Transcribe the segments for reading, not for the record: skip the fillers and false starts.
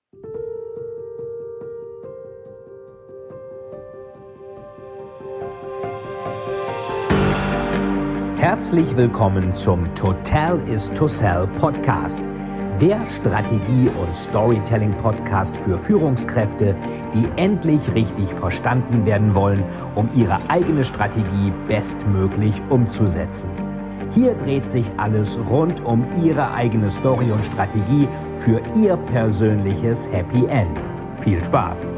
Herzlich willkommen zum Total is to Sell Podcast, der Strategie- und Storytelling-Podcast für Führungskräfte, die endlich richtig verstanden werden wollen, um ihre eigene Strategie bestmöglich umzusetzen. Hier dreht sich alles rund um Ihre eigene Story und Strategie für Ihr persönliches Happy End. Viel Spaß!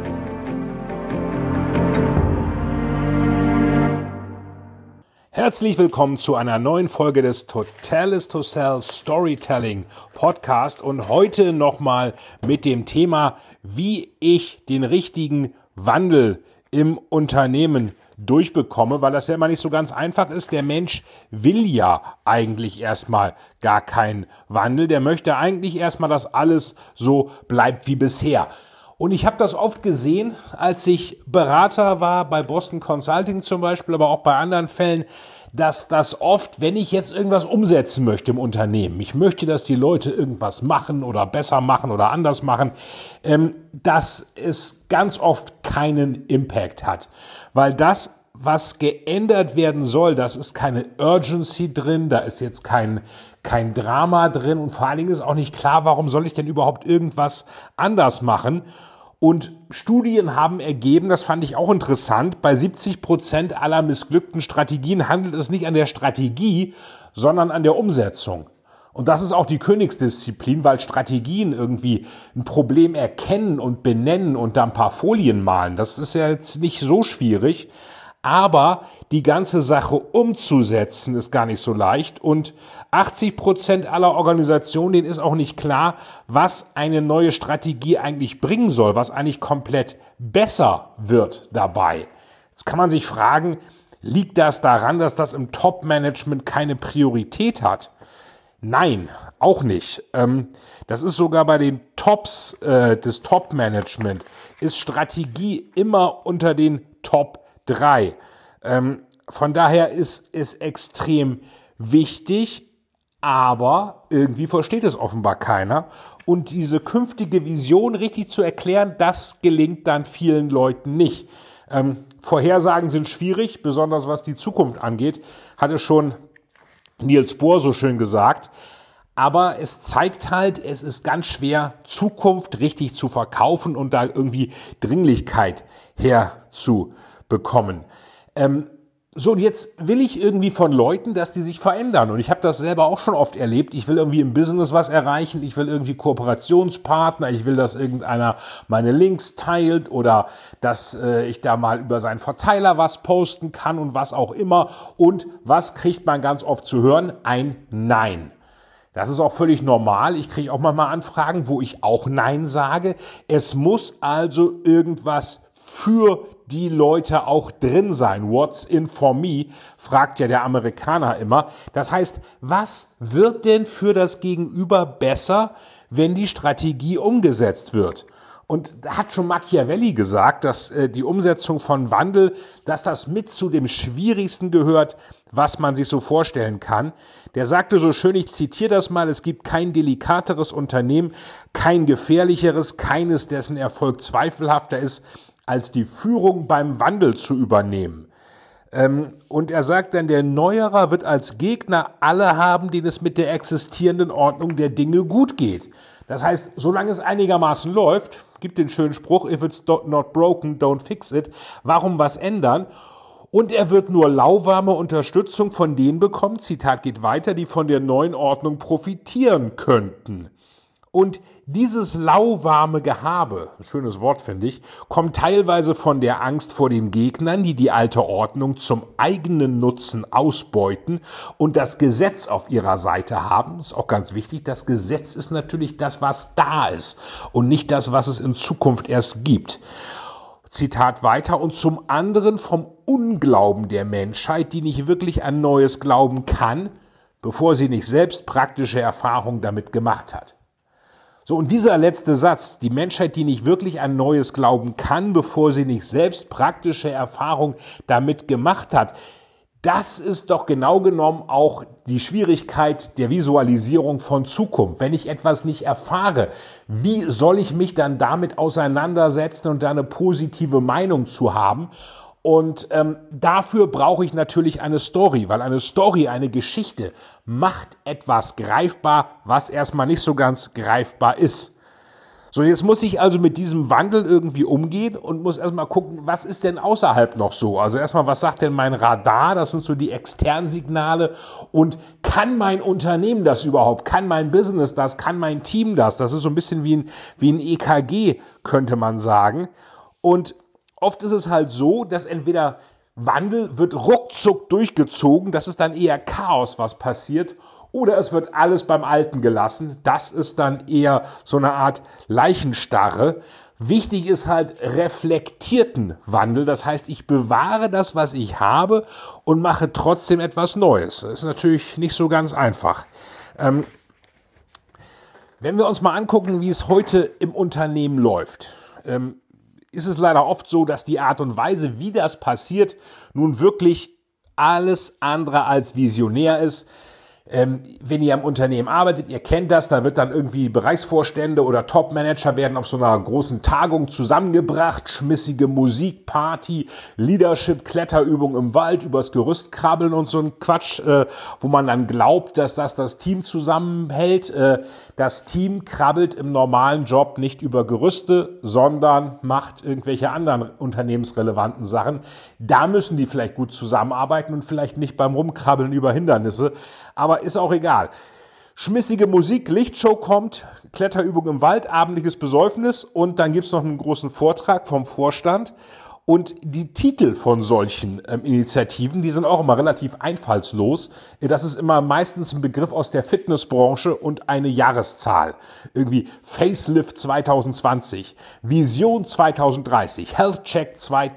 Herzlich willkommen zu einer neuen Folge des Total is to Sell Storytelling Podcast und heute nochmal mit dem Thema, wie ich den richtigen Wandel im Unternehmen durchbekomme, weil das ja immer nicht so ganz einfach ist. Der Mensch will ja eigentlich erstmal gar keinen Wandel. Der möchte eigentlich erstmal, dass alles so bleibt wie bisher. Und ich habe das oft gesehen, als ich Berater war, bei Boston Consulting zum Beispiel, aber auch bei anderen Fällen, dass das oft, wenn ich jetzt irgendwas umsetzen möchte im Unternehmen, ich möchte, dass die Leute irgendwas machen oder besser machen oder anders machen, dass es ganz oft keinen Impact hat. Weil das, was geändert werden soll, das ist keine Urgency drin, da ist jetzt kein Drama drin und vor allen Dingen ist auch nicht klar, warum soll ich denn überhaupt irgendwas anders machen. Und Studien haben ergeben, das fand ich auch interessant, bei 70% aller missglückten Strategien handelt es nicht an der Strategie, sondern an der Umsetzung. Und das ist auch die Königsdisziplin, weil Strategien irgendwie ein Problem erkennen und benennen und da ein paar Folien malen, das ist ja jetzt nicht so schwierig. Aber die ganze Sache umzusetzen ist gar nicht so leicht und 80% aller Organisationen, denen ist auch nicht klar, was eine neue Strategie eigentlich bringen soll, was eigentlich komplett besser wird dabei. Jetzt kann man sich fragen, liegt das daran, dass das im Top-Management keine Priorität hat? Nein, auch nicht. Das ist sogar bei den Tops des Top-Management, ist Strategie immer unter den Top 3. Von daher ist es extrem wichtig, aber irgendwie versteht es offenbar keiner. Und diese künftige Vision richtig zu erklären, das gelingt dann vielen Leuten nicht. Vorhersagen sind schwierig, besonders was die Zukunft angeht, hatte schon Niels Bohr so schön gesagt. Aber es zeigt halt, es ist ganz schwer, Zukunft richtig zu verkaufen und da irgendwie Dringlichkeit herzubekommen. So, und jetzt will ich irgendwie von Leuten, dass die sich verändern. Und ich habe das selber auch schon oft erlebt. Ich will irgendwie im Business was erreichen. Ich will irgendwie Kooperationspartner. Ich will, dass irgendeiner meine Links teilt oder dass ich da mal über seinen Verteiler was posten kann und was auch immer. Und was kriegt man ganz oft zu hören? Ein Nein. Das ist auch völlig normal. Ich kriege auch manchmal Anfragen, wo ich auch Nein sage. Es muss also irgendwas für die Leute auch drin sein. What's in for me, fragt ja der Amerikaner immer. Das heißt, was wird denn für das Gegenüber besser, wenn die Strategie umgesetzt wird? Und da hat schon Machiavelli gesagt, dass die Umsetzung von Wandel, dass das mit zu dem Schwierigsten gehört, was man sich so vorstellen kann. Der sagte so schön, ich zitiere das mal, es gibt kein delikateres Unternehmen, kein gefährlicheres, keines, dessen Erfolg zweifelhafter ist, als die Führung beim Wandel zu übernehmen. Und er sagt dann, der Neuerer wird als Gegner alle haben, denen es mit der existierenden Ordnung der Dinge gut geht. Das heißt, solange es einigermaßen läuft, gibt den schönen Spruch, if it's not broken, don't fix it. Warum was ändern? Und er wird nur lauwarme Unterstützung von denen bekommen, Zitat geht weiter, die von der neuen Ordnung profitieren könnten. Und dieses lauwarme Gehabe, ein schönes Wort finde ich, kommt teilweise von der Angst vor den Gegnern, die die alte Ordnung zum eigenen Nutzen ausbeuten und das Gesetz auf ihrer Seite haben. Das ist auch ganz wichtig. Das Gesetz ist natürlich das, was da ist und nicht das, was es in Zukunft erst gibt. Zitat weiter, und zum anderen vom Unglauben der Menschheit, die nicht wirklich an Neues glauben kann, bevor sie nicht selbst praktische Erfahrungen damit gemacht hat. So, und dieser letzte Satz, die Menschheit, die nicht wirklich an Neues glauben kann, bevor sie nicht selbst praktische Erfahrung damit gemacht hat, Das ist doch genau genommen auch die Schwierigkeit der Visualisierung von Zukunft. Wenn ich etwas nicht erfahre, wie soll ich mich dann damit auseinandersetzen und da eine positive Meinung zu haben? Und dafür brauche ich natürlich eine Story, weil eine Story, eine Geschichte macht etwas greifbar, was erstmal nicht so ganz greifbar ist. So, jetzt muss ich also mit diesem Wandel irgendwie umgehen und muss erstmal gucken, was ist denn außerhalb noch so? Also erstmal, was sagt denn mein Radar? Das sind so die externen Signale. Und kann mein Unternehmen das überhaupt? Kann mein Business das? Kann mein Team das? Das ist so ein bisschen wie ein EKG, könnte man sagen. Und oft ist es halt so, dass entweder Wandel wird ruckzuck durchgezogen, das ist dann eher Chaos, was passiert, oder es wird alles beim Alten gelassen. Das ist dann eher so eine Art Leichenstarre. Wichtig ist halt reflektierten Wandel. Das heißt, ich bewahre das, was ich habe und mache trotzdem etwas Neues. Das ist natürlich nicht so ganz einfach. Wenn wir uns mal angucken, wie es heute im Unternehmen läuft, ist es leider oft so, dass die Art und Weise, wie das passiert, nun wirklich alles andere als visionär ist. Wenn ihr am Unternehmen arbeitet, ihr kennt das, da wird dann irgendwie Bereichsvorstände oder Topmanager werden auf so einer großen Tagung zusammengebracht, schmissige Musik, Party, Leadership, Kletterübung im Wald, übers Gerüst krabbeln und so ein Quatsch, wo man dann glaubt, dass das Team zusammenhält. Das Team krabbelt im normalen Job nicht über Gerüste, sondern macht irgendwelche anderen unternehmensrelevanten Sachen. Da müssen die vielleicht gut zusammenarbeiten und vielleicht nicht beim Rumkrabbeln über Hindernisse. Aber ist auch egal. Schmissige Musik, Lichtshow kommt, Kletterübung im Wald, abendliches Besäufnis und dann gibt's noch einen großen Vortrag vom Vorstand. Und die Titel von solchen Initiativen, die sind auch immer relativ einfallslos. Das ist immer meistens ein Begriff aus der Fitnessbranche und eine Jahreszahl. Irgendwie Facelift 2020, Vision 2030, Health Check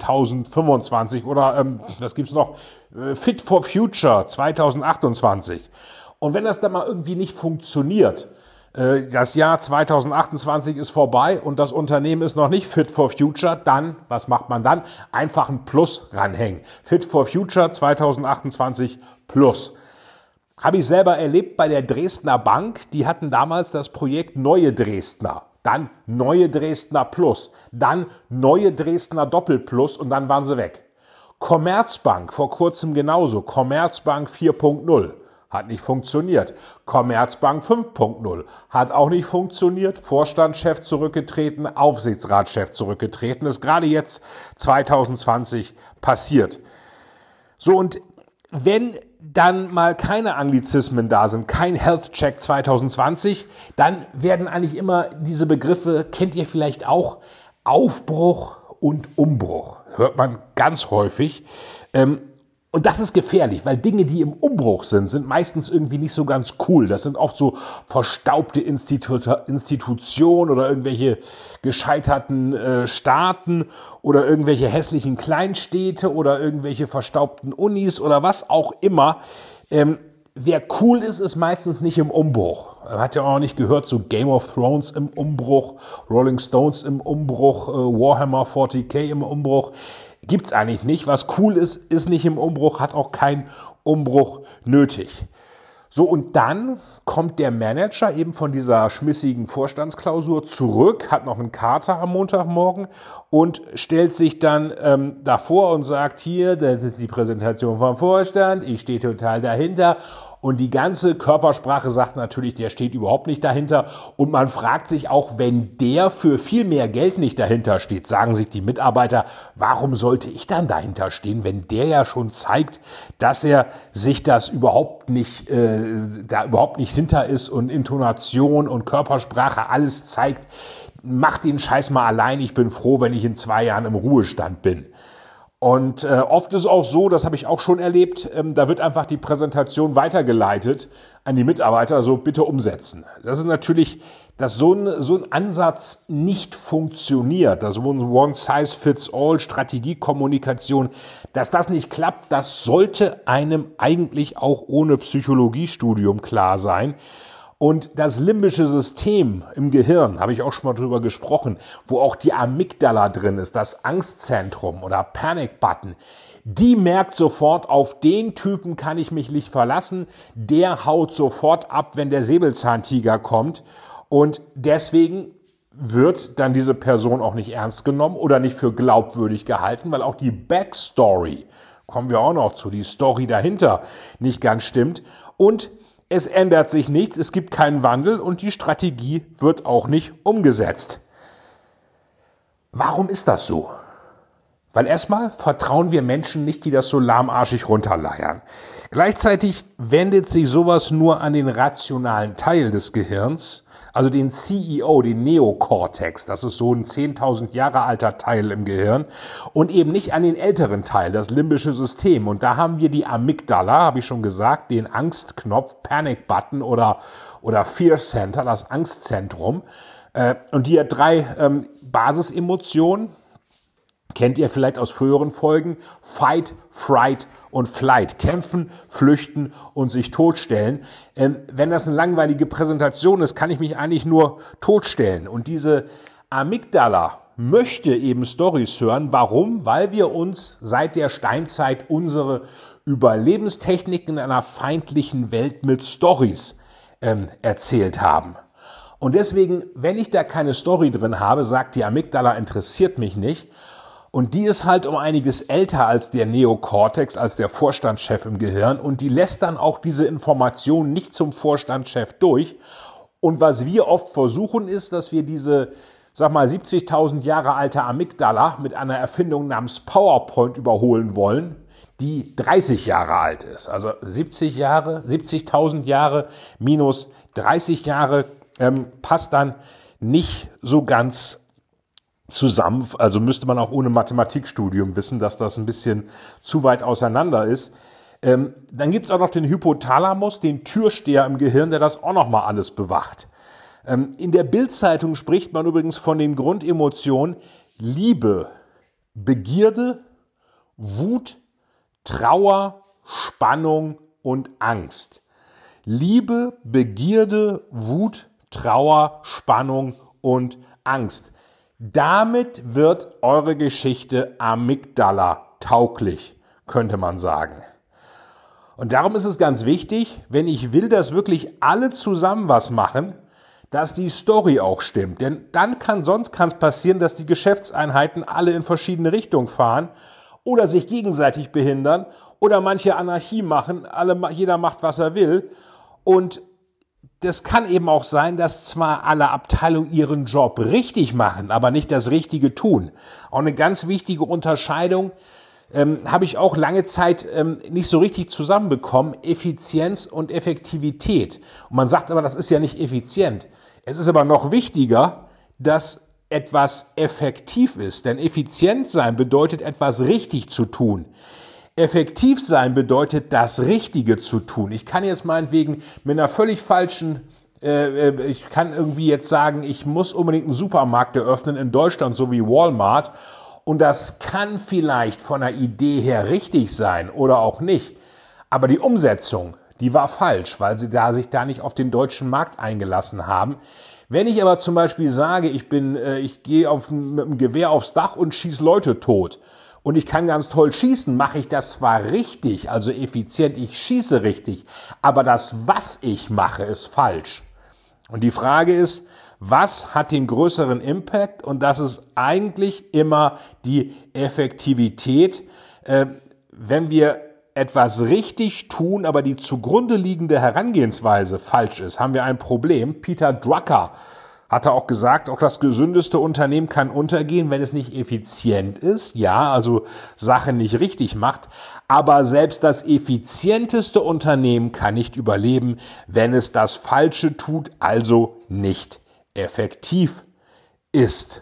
2025 oder was gibt's noch? Fit for Future 2028. Und wenn das dann mal irgendwie nicht funktioniert, das Jahr 2028 ist vorbei und das Unternehmen ist noch nicht Fit for Future, dann, was macht man dann? Einfach ein Plus ranhängen. Fit for Future 2028 Plus. Habe ich selber erlebt bei der Dresdner Bank. Die hatten damals das Projekt Neue Dresdner. Dann Neue Dresdner Plus. Dann Neue Dresdner Doppelplus und dann waren sie weg. Commerzbank vor kurzem genauso. Commerzbank 4.0 hat nicht funktioniert. Commerzbank 5.0 hat auch nicht funktioniert. Vorstandschef zurückgetreten, Aufsichtsratschef zurückgetreten. Ist gerade jetzt 2020 passiert. So, und wenn dann mal keine Anglizismen da sind, kein Health Check 2020, dann werden eigentlich immer diese Begriffe, kennt ihr vielleicht auch, Aufbruch und Umbruch. Hört man ganz häufig. Und das ist gefährlich, weil Dinge, die im Umbruch sind meistens irgendwie nicht so ganz cool. Das sind oft so verstaubte Institutionen oder irgendwelche gescheiterten Staaten oder irgendwelche hässlichen Kleinstädte oder irgendwelche verstaubten Unis oder was auch immer. Wer cool ist, ist meistens nicht im Umbruch. Hat ja auch nicht gehört, so Game of Thrones im Umbruch, Rolling Stones im Umbruch, Warhammer 40k im Umbruch. Gibt's eigentlich nicht. Was cool ist, ist nicht im Umbruch, hat auch keinen Umbruch nötig. So, und dann kommt der Manager eben von dieser schmissigen Vorstandsklausur zurück, hat noch einen Kater am Montagmorgen und stellt sich dann davor und sagt, hier, das ist die Präsentation vom Vorstand, ich stehe total dahinter. Und die ganze Körpersprache sagt natürlich, der steht überhaupt nicht dahinter. Und man fragt sich auch, wenn der für viel mehr Geld nicht dahinter steht, sagen sich die Mitarbeiter, warum sollte ich dann dahinter stehen, wenn der ja schon zeigt, dass er sich das überhaupt nicht, da überhaupt nicht hinter ist und Intonation und Körpersprache alles zeigt. Mach den Scheiß mal allein, ich bin froh, wenn ich in 2 Jahren im Ruhestand bin. Und oft ist es auch so, das habe ich auch schon erlebt, da wird einfach die Präsentation weitergeleitet an die Mitarbeiter, so bitte umsetzen. Das ist natürlich, dass so ein Ansatz nicht funktioniert, dass so ein One-Size-Fits-All Strategiekommunikation, dass das nicht klappt, das sollte einem eigentlich auch ohne Psychologiestudium klar sein. Und das limbische System im Gehirn, habe ich auch schon mal drüber gesprochen, wo auch die Amygdala drin ist, das Angstzentrum oder Panic Button, die merkt sofort, auf den Typen kann ich mich nicht verlassen, der haut sofort ab, wenn der Säbelzahntiger kommt. Und deswegen wird dann diese Person auch nicht ernst genommen oder nicht für glaubwürdig gehalten, weil auch die Backstory, kommen wir auch noch zu, die Story dahinter nicht ganz stimmt. Und es ändert sich nichts, es gibt keinen Wandel und die Strategie wird auch nicht umgesetzt. Warum ist das so? Weil erstmal vertrauen wir Menschen nicht, die das so lahmarschig runterleiern. Gleichzeitig wendet sich sowas nur an den rationalen Teil des Gehirns, also den CEO, den Neokortex, das ist so ein 10.000 Jahre alter Teil im Gehirn und eben nicht an den älteren Teil, das limbische System. Und da haben wir die Amygdala, habe ich schon gesagt, den Angstknopf, Panic Button oder Fear Center, das Angstzentrum. Und die hat 3 Basisemotionen, kennt ihr vielleicht aus früheren Folgen, Fight, Fright und Flight. Kämpfen, flüchten und sich totstellen. Wenn das eine langweilige Präsentation ist, kann ich mich eigentlich nur totstellen. Und diese Amygdala möchte eben Storys hören. Warum? Weil wir uns seit der Steinzeit unsere Überlebenstechniken in einer feindlichen Welt mit Storys erzählt haben. Und deswegen, wenn ich da keine Story drin habe, sagt die Amygdala, interessiert mich nicht. Und die ist halt um einiges älter als der Neokortex, als der Vorstandschef im Gehirn. Und die lässt dann auch diese Informationen nicht zum Vorstandschef durch. Und was wir oft versuchen ist, dass wir diese, 70.000 Jahre alte Amygdala mit einer Erfindung namens PowerPoint überholen wollen, die 30 Jahre alt ist. Also 70.000 Jahre minus 30 Jahre passt dann nicht so ganz zusammen, also müsste man auch ohne Mathematikstudium wissen, dass das ein bisschen zu weit auseinander ist. Dann gibt es auch noch den Hypothalamus, den Türsteher im Gehirn, der das auch noch mal alles bewacht. In der Bild-Zeitung spricht man übrigens von den Grundemotionen Liebe, Begierde, Wut, Trauer, Spannung und Angst. Liebe, Begierde, Wut, Trauer, Spannung und Angst. Damit wird eure Geschichte Amygdala tauglich, könnte man sagen. Und darum ist es ganz wichtig, wenn ich will, dass wirklich alle zusammen was machen, dass die Story auch stimmt. Denn dann kann es passieren, dass die Geschäftseinheiten alle in verschiedene Richtungen fahren oder sich gegenseitig behindern oder manche Anarchie machen, jeder macht, was er will. Und das kann eben auch sein, dass zwar alle Abteilungen ihren Job richtig machen, aber nicht das Richtige tun. Auch eine ganz wichtige Unterscheidung habe ich auch lange Zeit nicht so richtig zusammenbekommen, Effizienz und Effektivität. Und man sagt aber, das ist ja nicht effizient. Es ist aber noch wichtiger, dass etwas effektiv ist, denn effizient sein bedeutet, etwas richtig zu tun. Effektiv sein bedeutet, das Richtige zu tun. Ich kann jetzt meinetwegen mit einer völlig falschen, ich kann irgendwie jetzt sagen, ich muss unbedingt einen Supermarkt eröffnen in Deutschland, so wie Walmart. Und das kann vielleicht von der Idee her richtig sein oder auch nicht. Aber die Umsetzung, die war falsch, weil sie sich da nicht auf den deutschen Markt eingelassen haben. Wenn ich aber zum Beispiel sage, ich gehe mit dem Gewehr aufs Dach und schieße Leute tot, und ich kann ganz toll schießen, mache ich das zwar richtig, also effizient, ich schieße richtig, aber das, was ich mache, ist falsch. Und die Frage ist, was hat den größeren Impact? Und das ist eigentlich immer die Effektivität. Wenn wir etwas richtig tun, aber die zugrunde liegende Herangehensweise falsch ist, haben wir ein Problem. Peter Drucker hatte auch gesagt, auch das gesündeste Unternehmen kann untergehen, wenn es nicht effizient ist, ja, also Sachen nicht richtig macht, aber selbst das effizienteste Unternehmen kann nicht überleben, wenn es das Falsche tut, also nicht effektiv ist.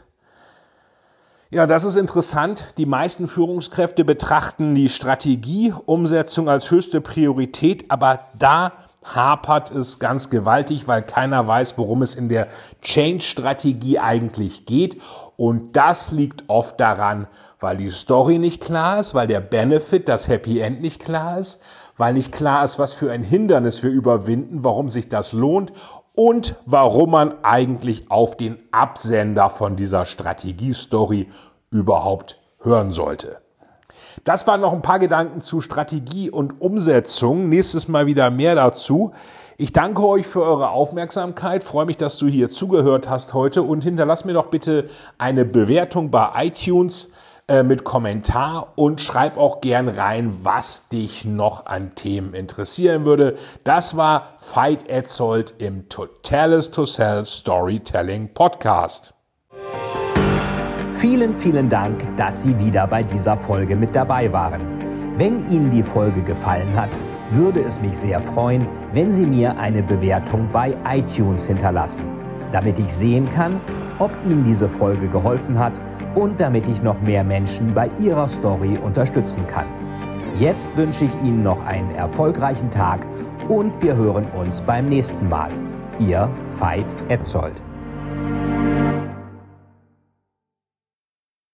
Ja, das ist interessant. Die meisten Führungskräfte betrachten die Strategieumsetzung als höchste Priorität, aber da hapert es ganz gewaltig, weil keiner weiß, worum es in der Change-Strategie eigentlich geht. Und das liegt oft daran, weil die Story nicht klar ist, weil der Benefit, das Happy End nicht klar ist, weil nicht klar ist, was für ein Hindernis wir überwinden, warum sich das lohnt und warum man eigentlich auf den Absender von dieser Strategiestory überhaupt hören sollte. Das waren noch ein paar Gedanken zu Strategie und Umsetzung. Nächstes Mal wieder mehr dazu. Ich danke euch für eure Aufmerksamkeit, freue mich, dass du hier zugehört hast heute und hinterlass mir doch bitte eine Bewertung bei iTunes mit Kommentar und schreib auch gern rein, was dich noch an Themen interessieren würde. Das war Veit Etzold im Total is to Sell Storytelling Podcast. Vielen, vielen Dank, dass Sie wieder bei dieser Folge mit dabei waren. Wenn Ihnen die Folge gefallen hat, würde es mich sehr freuen, wenn Sie mir eine Bewertung bei iTunes hinterlassen, damit ich sehen kann, ob Ihnen diese Folge geholfen hat und damit ich noch mehr Menschen bei ihrer Story unterstützen kann. Jetzt wünsche ich Ihnen noch einen erfolgreichen Tag und wir hören uns beim nächsten Mal. Ihr Veit Etzold.